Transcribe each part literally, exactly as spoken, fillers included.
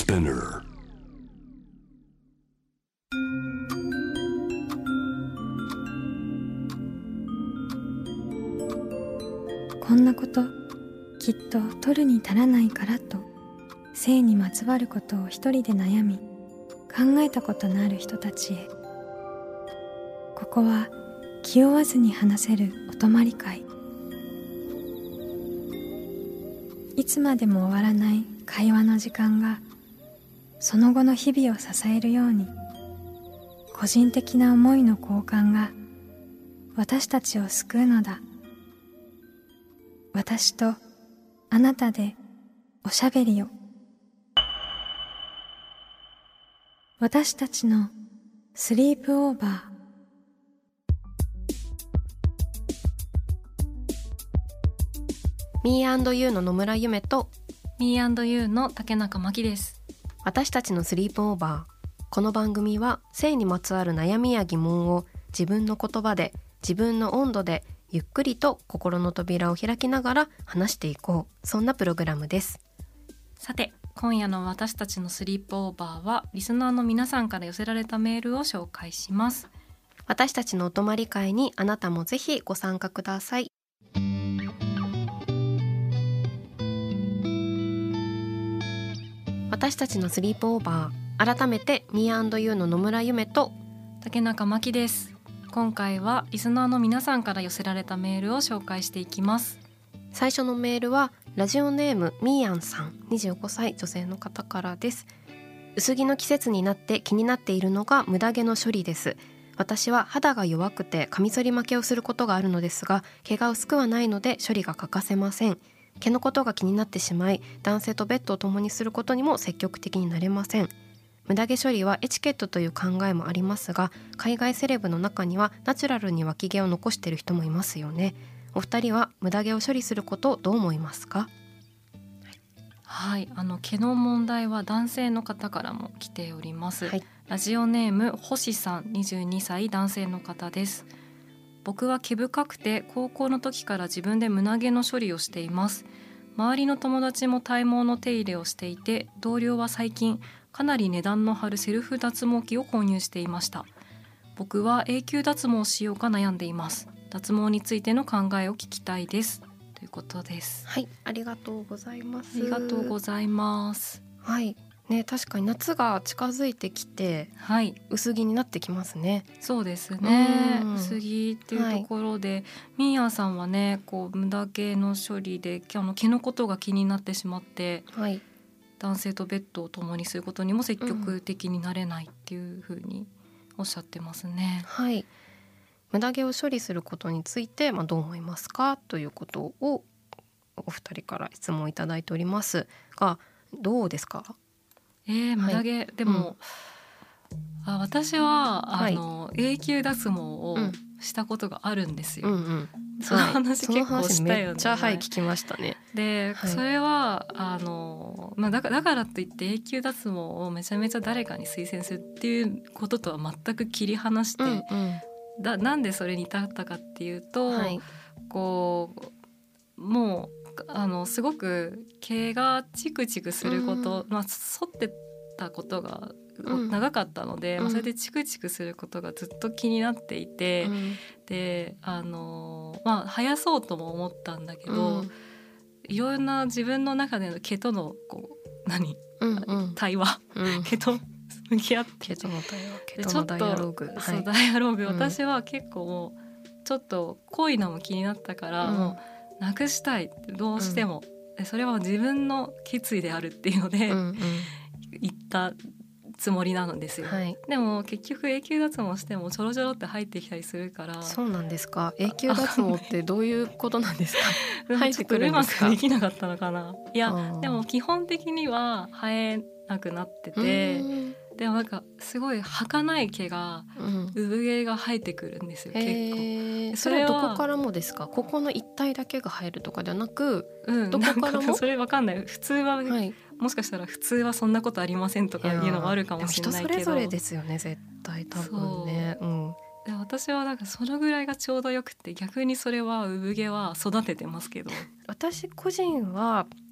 Spinner。 こんなこときっと取るに足らないからと性にまつわることを一人で悩み考えたことのある人たちへ、ここは気負わずに話せるお泊まり会。いつまでも終わらない会話の時間がその後の日々を支えるように、個人的な思いの交換が私たちを救うのだ。私とあなたでおしゃべりを。私たちのスリープオーバー。 ミーアンドユー の野村ゆめとミーアンドユー の竹中真希です。 私たちのスリープオーバー。この番組は性にまつわる悩みや疑問を自分の言葉で自分の温度でゆっくりと心の扉を開きながら話していこう、そんなプログラムです。 さて今夜の私たちのスリープオーバーはリスナーの皆さんから寄せられたメールを紹介します。 私たちのお泊まり会にあなたもぜひご参加ください。私たちのスリープオーバー。改めて ミーアンドユー の野村ゆめと竹中真希です。今回はリスナーの皆さんから寄せられたメールを紹介していきます。 最初のメールはラジオネームみーあんさん、にじゅうごさい女性の方からです。薄着の季節になって気になっているのがムダ毛の処理です。私は肌が弱くてカミソリ負けをすることがあるのですが、毛が薄くはないので処理が欠かせません。毛のことが気になってしまい、男性とベッドを共にすることにも積極的になれません。ムダ毛処理はエチケットという考えもありますが、海外セレブの中にはナチュラルに脇毛を残している人もいますよね。お二人はムダ毛を処理することをどう思いますか？ はい、あの毛の問題は男性の方からも来ております、はい、ラジオネーム星さん、にじゅうにさい男性の方です。僕は毛深くて高校の時から自分で胸毛の処理をしています。周りの友達も体毛の手入れをしていて、同僚は最近かなり値段の張るセルフ脱毛器を購入していました。僕は永久脱毛をしようか悩んでいます。脱毛についての考えを聞きたいですということです。 はい、ありがとうございます。 ありがとうございます。 はいね、確かに夏が近づいてきて、はい、薄着になってきますね。 そうですね、薄着っていうところで、はい、ミーアさんはね、こうムダ毛の処理であの毛のことが気になってしまって、はい、男性とベッドを共にすることにも積極的になれないっていうふうにおっしゃってますね、 うん、はい。ムダ毛を処理することについて、まあ、どう思いますかということをお二人から質問いただいておりますが、どうですか？ えー、ムダ毛、はい、でも、うん、あ私はあの、はい、永久脱毛をしたことがあるんですよ、うんうん、その話結構したよね。 めっちゃ、はい、聞きましたね。 で、はい、それはあの、まあ、だから、だからといって永久脱毛をめちゃめちゃ誰かに推薦するっていうこととは全く切り離して、うんうん、だなんでそれに至ったかっていうと、はい、こうもうあのすごく毛がチクチクすること、うんまあ、剃ってたことが長かったので、うんまあ、それでチクチクすることがずっと気になっていて、うん、であの、まあ、生やそうとも思ったんだけど、うん、いろんな自分の中での毛とのこう何、うんうん、対話、うん、毛と向き合って毛との対話、毛とのダイアログ、はい、 そうダイアログ、うん、私は結構もうちょっと濃いのも気になったから、うん、もうなくしたいどうしても、うん、それは自分の決意であるっていうので、うんうん、言ったつもりなんですよ、はい、でも結局永久脱毛してもちょろちょろって入ってきたりするから。 そうなんですか？永久脱毛ってどういうことなんですか？入ってくるんですか？ うまくできなかったのかな。いやでも基本的には生えなくなってて、でもなんかすごい儚い毛が、うん、産毛が生えてくるんですよ、結構。 それはどこからもですか？ここの一帯だけが生えるとかではなく、 うん、 どこからも？ それわかんない。普通は、はい、もしかしたら普通はそんなことありませんとかいうのもあるかもしれないけど、 人それぞれですよね絶対多分ね。う、うん、 で私はなんかそのぐらいがちょうどよくて、逆にそれは産毛は育ててますけど。 私個人は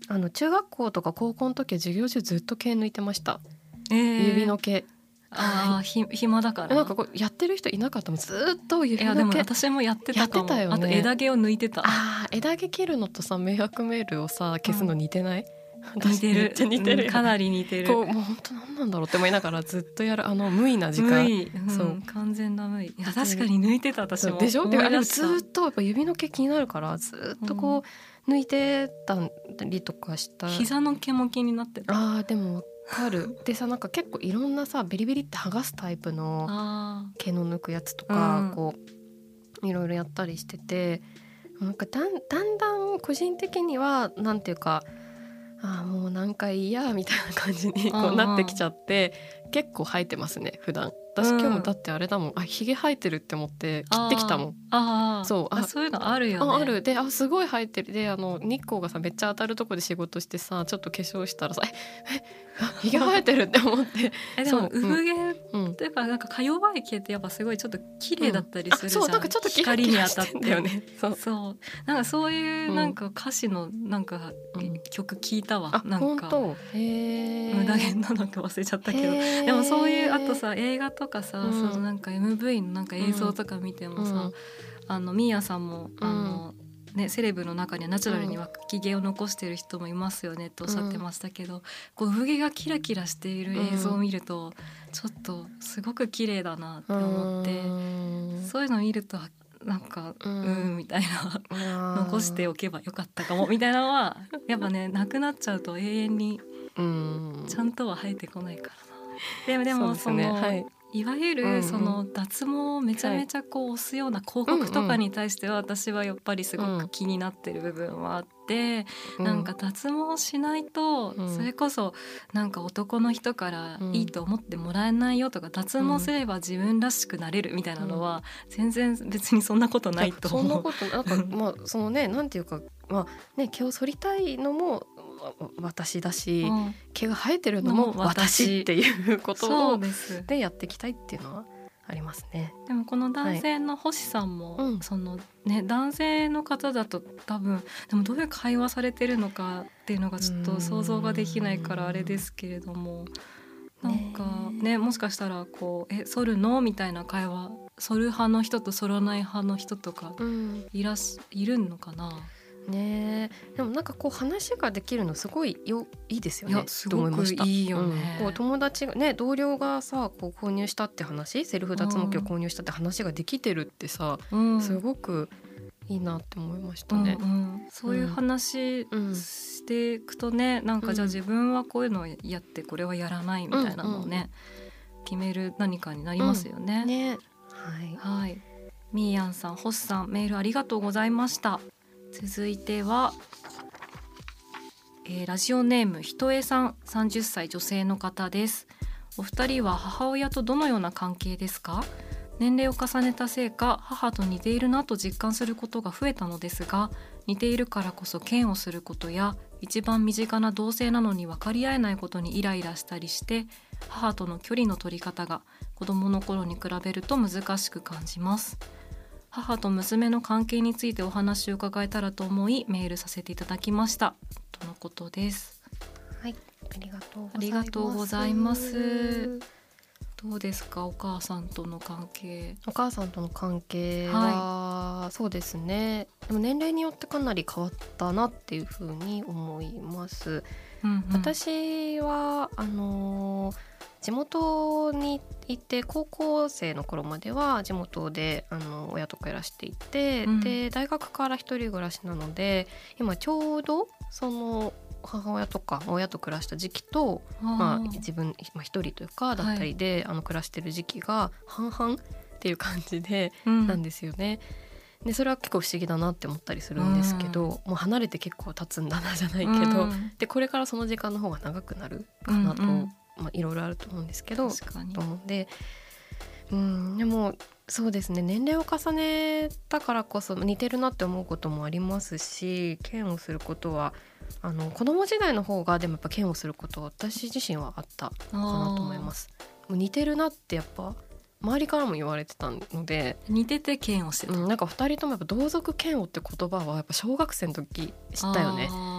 あの中学校とか高校の時は授業中ずっと毛抜いてました、 えー、 指の毛。 ああ、ひ暇だから。 なんかこうやってる人いなかったもん、ずっと指の毛。 いやでも私もやってたかも。 やってたよね。 あと枝毛を抜いてた。 あ、枝毛切るのとさ迷惑メールをさ消すの似てない？ うん、似てる。めっちゃ似てる、 うん、 かなり似てる。 こうもう本当なんなんだろうって思いながらずっとやるあの無意な時間。 無意、うん、そう完全な無意。いや確かに抜いてた私も。 でしょ？であれずっとやっぱ指の毛気になるからずっとこう抜いてたりとかした。 膝の毛も気になってた。 ああでもあるでさ、なんか結構いろんなさベリベリって剥がすタイプの毛の抜くやつとか、うん、こういろいろやったりしてて、なんかだんだんだん個人的にはなんていうか、あもう何回嫌みたいな感じにこうなってきちゃって、結構生えてますね普段。私今日もだってあれだもん、あひげ生えてるって思って切ってきたもん。 ああそう、 あそういうのあるよね。 ああるで、あすごい生えてるで、あの日光がさめっちゃ当たるとこで仕事してさ、ちょっと化粧したらさええひげ生えてるって思ってえでも産毛ってやっぱなんかか弱い毛ってやっぱすごいちょっと綺麗だったりするじゃん、うん、 そうなんかちょっと光に当たってよね。そうそうなんかそういうなんか歌詞のなんか曲聞いたわ、 うん、 なんかへ無駄毛なのか忘れちゃったけど、でもそういうあとさ映画とかさ、うん、そのなんか エムブイ のなんか映像とか見てもさ、うん、あのミーヤさんもあの、うんね、セレブの中にはナチュラルに脇毛を残している人もいますよねとおっしゃってましたけど、うん、こう産毛がキラキラしている映像を見ると、うん、ちょっとすごく綺麗だなって思って、うん、そういうのを見るとなんかうん、うんみたいな残しておけばよかったかもみたいなのはやっぱねなくなっちゃうと永遠にちゃんとは生えてこないからな。でもでもそのはい、いわゆるその脱毛をめちゃめちゃこう押すような広告とかに対しては私はやっぱりすごく気になってる部分はあって、なんか脱毛しないとそれこそなんか男の人からいいと思ってもらえないよとか、脱毛すれば自分らしくなれるみたいなのは全然別にそんなことないと思う。 そんなことなんかまあそのねなんていうかまあね毛を剃りたいのも私だし、うん、毛が生えてるのも私っていうことをでやっていきたいっていうのはありますね。 でもこの男性の星さんも、はい、そのね、男性の方だと多分でもどういう会話されてるのかっていうのがちょっと想像ができないからあれですけれども、なんかねもしかしたらこうえ剃るのみたいな会話、剃る派の人と剃らない派の人とかいらし、うん、いるのかなね。でもなんかこう話ができるのすごいよいいですよね。 いやすごくいいよね、 うん、こう友達がね同僚がさこう購入したって話、セルフ脱毛器を購入したって話ができてるってさ、うん、すごくいいなって思いましたね、 うんうん、そういう話していくとね、うん、なんかじゃあ自分はこういうのをやってこれはやらないみたいなのをね、うんうん、決める何かになりますよね、 うん、ね、はい、 はい、みーやんさん、星さん、メールありがとうございました。続いては、えー、ラジオネームひとえさん、さんじゅっさい女性の方です。お二人は母親とどのような関係ですか？年齢を重ねたせいか母と似ているなと実感することが増えたのですが、似ているからこそ嫌悪することや一番身近な同性なのに分かり合えないことにイライラしたりして、母との距離の取り方が子供の頃に比べると難しく感じます。母と娘の関係についてお話を伺えたらと思いメールさせていただきましたとのことです。 はい、ありがとうございます。 ありがとうございます。どうですか、お母さんとの関係。 お母さんとの関係は、はい、そうですね、でも年齢によってかなり変わったなっていうふうに思います、うんうん、私はあのー地元にいて高校生の頃までは地元であの親と暮らしていて、うん、で大学から一人暮らしなので今ちょうどその母親とか親と暮らした時期と、まあ、自分、まあ、一人というかだったりで、はい、あの暮らしてる時期が半々っていう感じで、うん、なんですよね。でそれは結構不思議だなって思ったりするんですけど、うん、もう離れて結構経つんだなじゃないけど、うん、でこれからその時間の方が長くなるかなと、うんうん、まあ、いろいろあると思うんですけど確かにと思うんで、うん、でもそうですね、年齢を重ねたからこそ似てるなって思うこともありますし、嫌悪することはあの子供時代の方がでもやっぱ嫌悪することは私自身はあったかなと思います。もう似てるなってやっぱ周りからも言われてたので、 似てて嫌悪してた、 うん、なんかふたりともやっぱ同族嫌悪って言葉はやっぱ小学生の時知ったよね。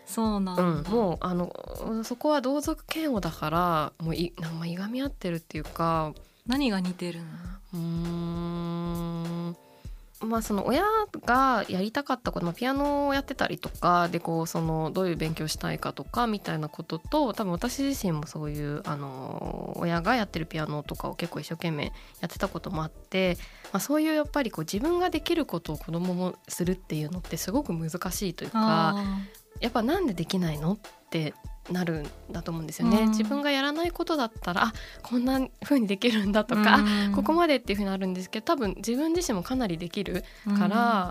そうなんだ、 うん、もうあのそこは同族嫌悪だからもういなんかいがみ合ってるっていうか。 何が似てるの？ うーんまあその親がやりたかったこと、まあ、ピアノをやってたりとかでこうそのどういう勉強したいかとかみたいなことと、多分私自身もそういうあの親がやってるピアノとかを結構一生懸命やってたこともあって、まあ、そういうやっぱりこう自分ができることを子供もするっていうのってすごく難しいというか、やっぱなんでできないのってなるんだと思うんですよね、うん、自分がやらないことだったらあこんな風にできるんだとか、うん、ここまでっていう風になるんですけど、多分自分自身もかなりできるから、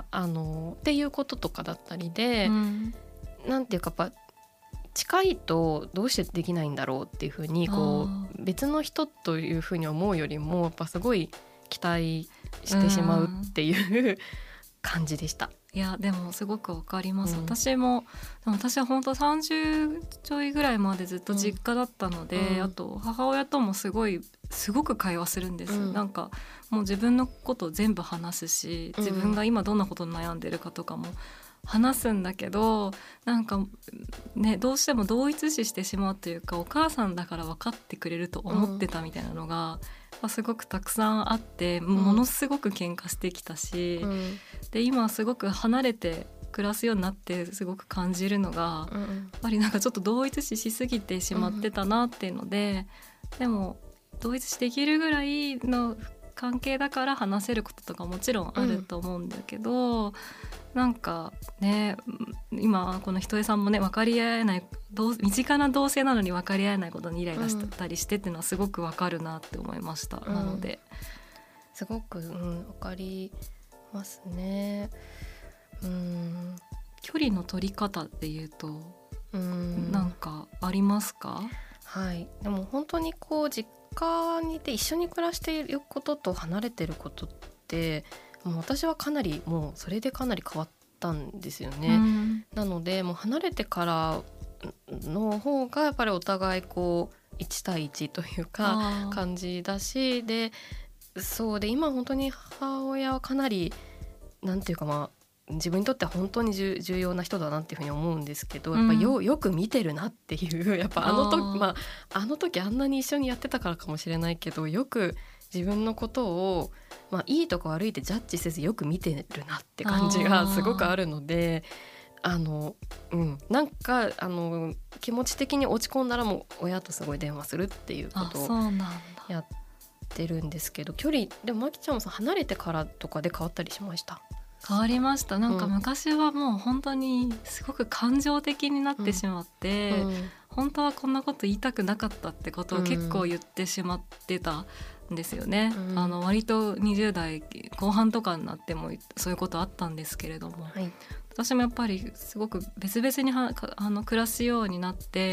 うん、あのっていうこととかだったりで、うん、なんていうかやっぱ近いとどうしてできないんだろうっていう風にこう別の人という風に思うよりもやっぱすごい期待してしまうっていう、うん、感じでした。 いやでもすごくわかります、うん、私もでも私は本当さんじゅうちょいぐらいまでずっと実家だったので、うん、あと母親ともすごいすごく会話するんです、うん、なんかもう自分のことを全部話すし、自分が今どんなことに悩んでるかとかも話すんだけど、なんかねどうしても同一視してしまうというか、お母さんだから分かってくれると思ってたみたいなのが、うん、すごくたくさんあって、ものすごく喧嘩してきたし、うん、で今すごく離れて暮らすようになってすごく感じるのが、うん、やっぱりなんかちょっと同一視しすぎてしまってたなっていうので、うん、でも同一視できるぐらいの関係だから話せることとかもちろんあると思うんだけど、うん、なんかね今このひとえさんもね分かり合えない身近な同性なのに分かり合えないことにイライラしたりしてっていうのはすごく分かるなって思いました、うん、なのですごく、うん、分かりますね。うん距離の取り方でいうとうんなんかありますか？ はい、でも本当にこう実家にいて一緒に暮らしていることと離れていることってもう私はかなりもうそれでかなり変わったんですよね、うん、なのでもう離れてからの方がやっぱりお互いこういち対いちというか感じだし、でそうで今本当に母親はかなりなんていうかまあ自分にとっては本当に重要な人だなっていうふうに思うんですけど、やっぱ よ,、うん、よく見てるなっていうやっぱあの時あ,、まあ、あの時あんなに一緒にやってたからかもしれないけど、よく自分のことを、まあ、いいとか悪いってジャッジせずよく見てるなって感じがすごくあるので、あの、うん、なんかあの気持ち的に落ち込んだらもう親とすごい電話するっていうことをやってるんですけど、距離でもまきちゃんもさ離れてからとかで変わったりしました？ 変わりました。なんか昔はもう本当にすごく感情的になってしまって、うんうん、本当はこんなこと言いたくなかったってことを結構言ってしまってたんですよね、うん、あの割とにじゅう代後半とかになってもそういうことあったんですけれども、はい、私もやっぱりすごく別々にはあの暮らすようになって、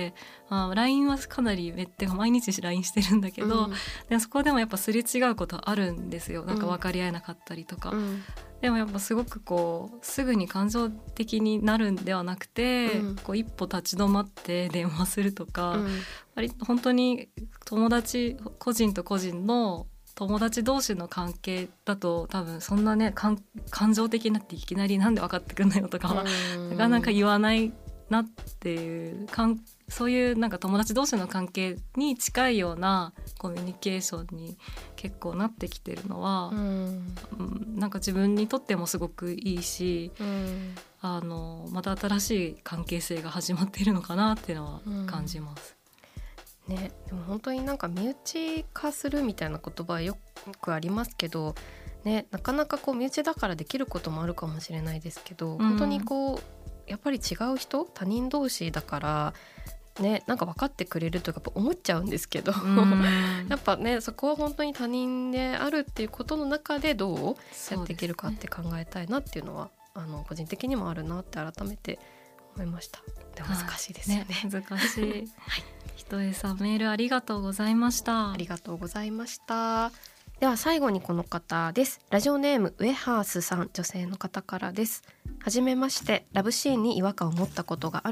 あ ライン はかなりめって毎日 ライン してるんだけど、うん、でそこでもやっぱすれ違うことあるんですよ。なんか分かり合えなかったりとか、うん、でもやっぱすごくこうすぐに感情的になるんではなくて、うん、こう一歩立ち止まって電話するとか、うん、割と本当に友達個人と個人の友達同士の関係だと多分そんなね感情的になっていきなりなんで分かってくんないのとかはなかなか言わないなっていうかんそういうなんか友達同士の関係に近いようなコミュニケーションに結構なってきてるのは、うんうん、なんか自分にとってもすごくいいし、うん、あのまた新しい関係性が始まっているのかなっていうのは感じます、 うんね、でも本当になんか身内化するみたいな言葉はよくありますけど、ね、なかなかこう身内だからできることもあるかもしれないですけど、うん、本当にこうやっぱり違う人他人同士だからね、なんか分かってくれるとか思っちゃうんですけどやっぱねそこは本当に他人であるっていうことの中でどうやっていけるかって考えたいなっていうのは、ね、あの個人的にもあるなって改めて思いました。でも難しいですよね、 ね難しい、はい、ひとえさんメールありがとうございました。 ありがとうございました。では最後にこの方です。ラジオネームウエハースさん、女性の方からです。はじめまして。ラブシーンに違和感を持ったことがある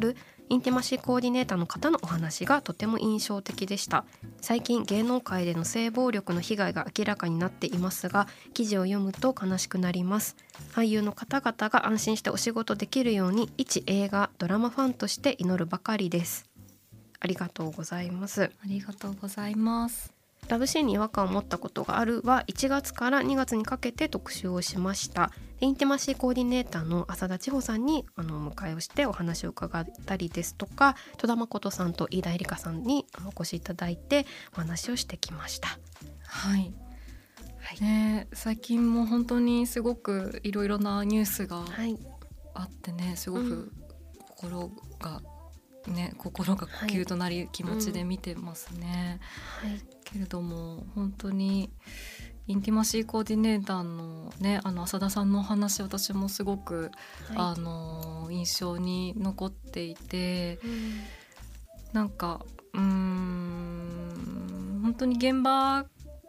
インティマシーコーディネーターの方のお話がとても印象的でした。最近芸能界での性暴力の被害が明らかになっていますが、記事を読むと悲しくなります。俳優の方々が安心してお仕事できるように一映画ドラマファンとして祈るばかりです。ありがとうございます。 ありがとうございます。 ラブシーンに違和感を持ったことがあるはいちがつからにがつにかけて特集をしました。インティマシーコーディネーターの浅田千穂さんにあのお迎えをしてお話を伺ったりですとか、戸田誠さんと飯田絵梨香さんにお越しいただいてお話をしてきました。 はい、はいね、最近も本当にすごくいろいろなニュースがあってね、すごく心が、ね、心が呼吸となり気持ちで見てますね、はいはい、けれども本当にインティマシーコーディネーターのね、あの浅田さんのお話、私もすごく、はい、あの印象に残っていて、うん、なんかうーん本当に現場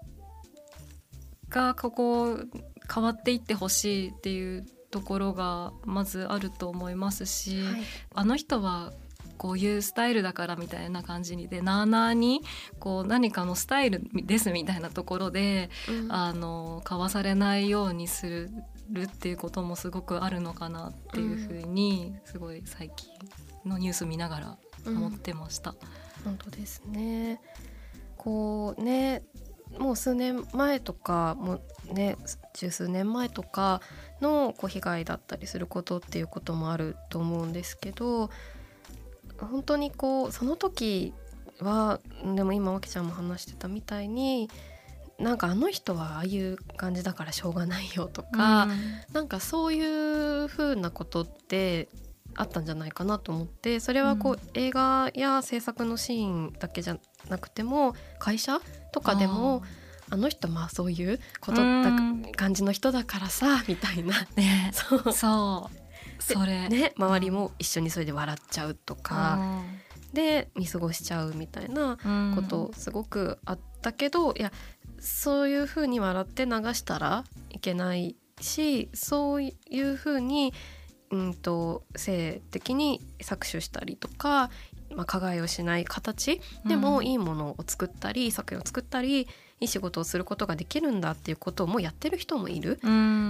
がここ変わっていってほしいっていうところがまずあると思いますし、はい、あの人はこういうスタイルだからみたいな感じにでなあなあにこう何かのスタイルですみたいなところで、うん、あの交わされないようにするっていうこともすごくあるのかなっていうふうに、すごい最近のニュース見ながら思ってました、うん、 本当ですね。こうね、もう数年前とかもね、十数年前とかのこう被害だったりすることっていうこともあると思うんですけど、本当にこうその時はでも今わけちゃんも話してたみたいに、なんかあの人はああいう感じだからしょうがないよとか、うん、なんかそういう風なことってあったんじゃないかなと思って、それはこう、うん、映画や制作のシーンだけじゃなくても会社とかでも あ, あの人まあそういうことだ感じの人だからさみたいな、 ね、 そうそうそれね、周りも一緒にそれで笑っちゃうとか、うん、で見過ごしちゃうみたいなことすごくあったけど、うん、いやそういう風に笑って流したらいけないし、そういう風にうんと性的に搾取したりとか、まあ、加害をしない形でもいいものを作ったり、うん、作品を作ったりいい仕事をすることができるんだっていうことをもうやってる人もいる、うん、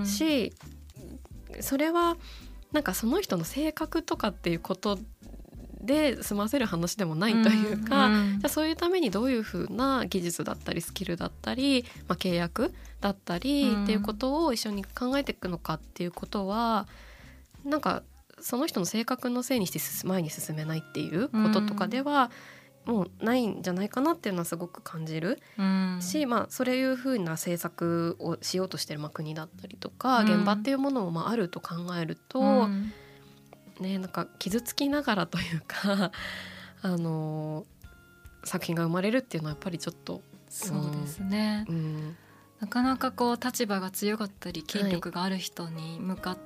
し、それはなんかその人の性格とかっていうことで済ませる話でもないというか、うんうん、じゃあそういうためにどういう風な技術だったりスキルだったり、まあ、契約だったりっていうことを一緒に考えていくのかっていうことは、なんかその人の性格のせいにして前に進めないっていうこととかではもうないんじゃないかなっていうのはすごく感じる、うん、し、まあ、そういうふうな政策をしようとしてるまあ国だったりとか、うん、現場っていうものもまああると考えると、うんね、なんか傷つきながらというかあの作品が生まれるっていうのはやっぱりちょっとそうですね、うん、なかなかこう立場が強かったり権力がある人に向かって、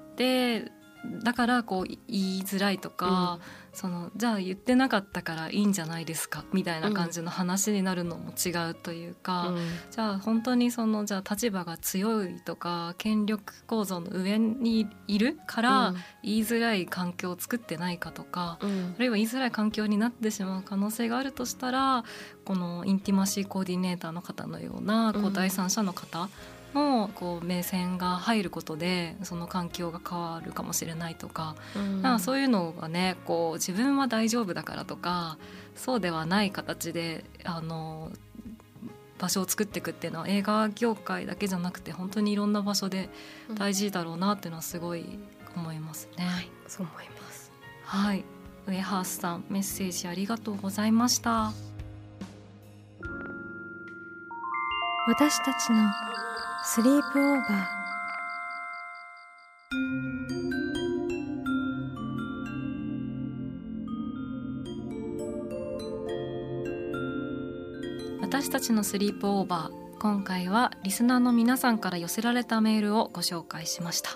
はい、だからこう言いづらいとか、うん、そのじゃあ言ってなかったからいいんじゃないですかみたいな感じの話になるのも違うというか、うん、じゃあ本当にそのじゃあ立場が強いとか権力構造の上にいるから言いづらい環境を作ってないかとか、うん、あるいは言いづらい環境になってしまう可能性があるとしたら、このインティマシーコーディネーターの方のようなこう第三者の方のこう目線が入ることでその環境が変わるかもしれないとか、うん、なんかそういうのがね、こう自分は大丈夫だからとかそうではない形であの場所を作っていくっていうのは映画業界だけじゃなくて本当にいろんな場所で大事だろうなっていうのはすごい思いますね、 うん、はい、そう思います。 はい、ウエハースさんメッセージありがとうございました。 私たちのスリープオーバー。 私たちのスリープオーバー、今回はリスナーの皆さんから寄せられたメールをご紹介しました。はい、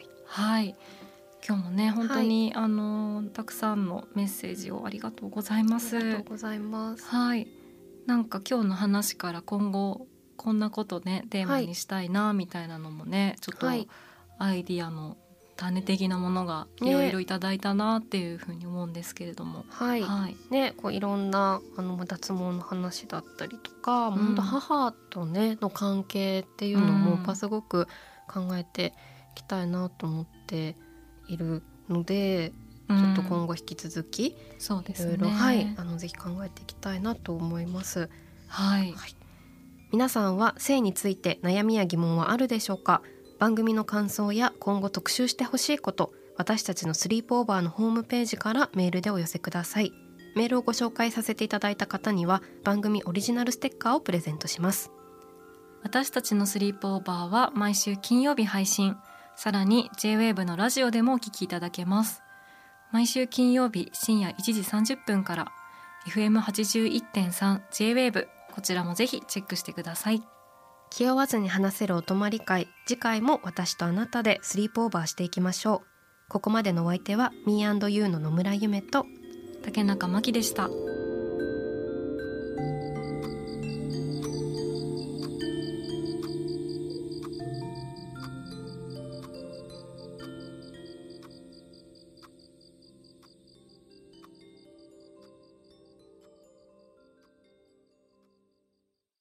はい、今日もね本当に、はい、あのたくさんのメッセージをありがとうございます。 ありがとうございます。 はい、なんか今日の話から今後こんなことねテーマにしたいなみたいなのもね、はい、ちょっとアイディアの種的なものがいろいろいただいたなっていうふうに思うんですけれども、ね、 はい、はい、ね、こういろんなあの脱毛の話だったりとか、うん、本当母とねの関係っていうのもやっぱすごく考えていきたいなと思っているので、うん、ちょっと今後引き続き、 そうですね、 いろいろ、はい、あのぜひ考えていきたいなと思います。 はい、 はい、皆さんは性について悩みや疑問はあるでしょうか。番組の感想や今後特集してほしいこと、私たちのスリープオーバーのホームページからメールでお寄せください。メールをご紹介させていただいた方には番組オリジナルステッカーをプレゼントします。 私たちのスリープオーバーは毎週金曜日配信、さらに ジェイウェーブ のラジオでもお聞きいただけます。毎週金曜日深夜いちじさんじゅっぷんから エフエムはちじゅういってんさん ジェイウェーブ、 こちらもぜひチェックしてください。 気負わずに話せるお泊まり会、次回も私とあなたでスリープオーバーしていきましょう。ここまでのお相手は ミーアンドユー の野村ゆめと竹中真希でした。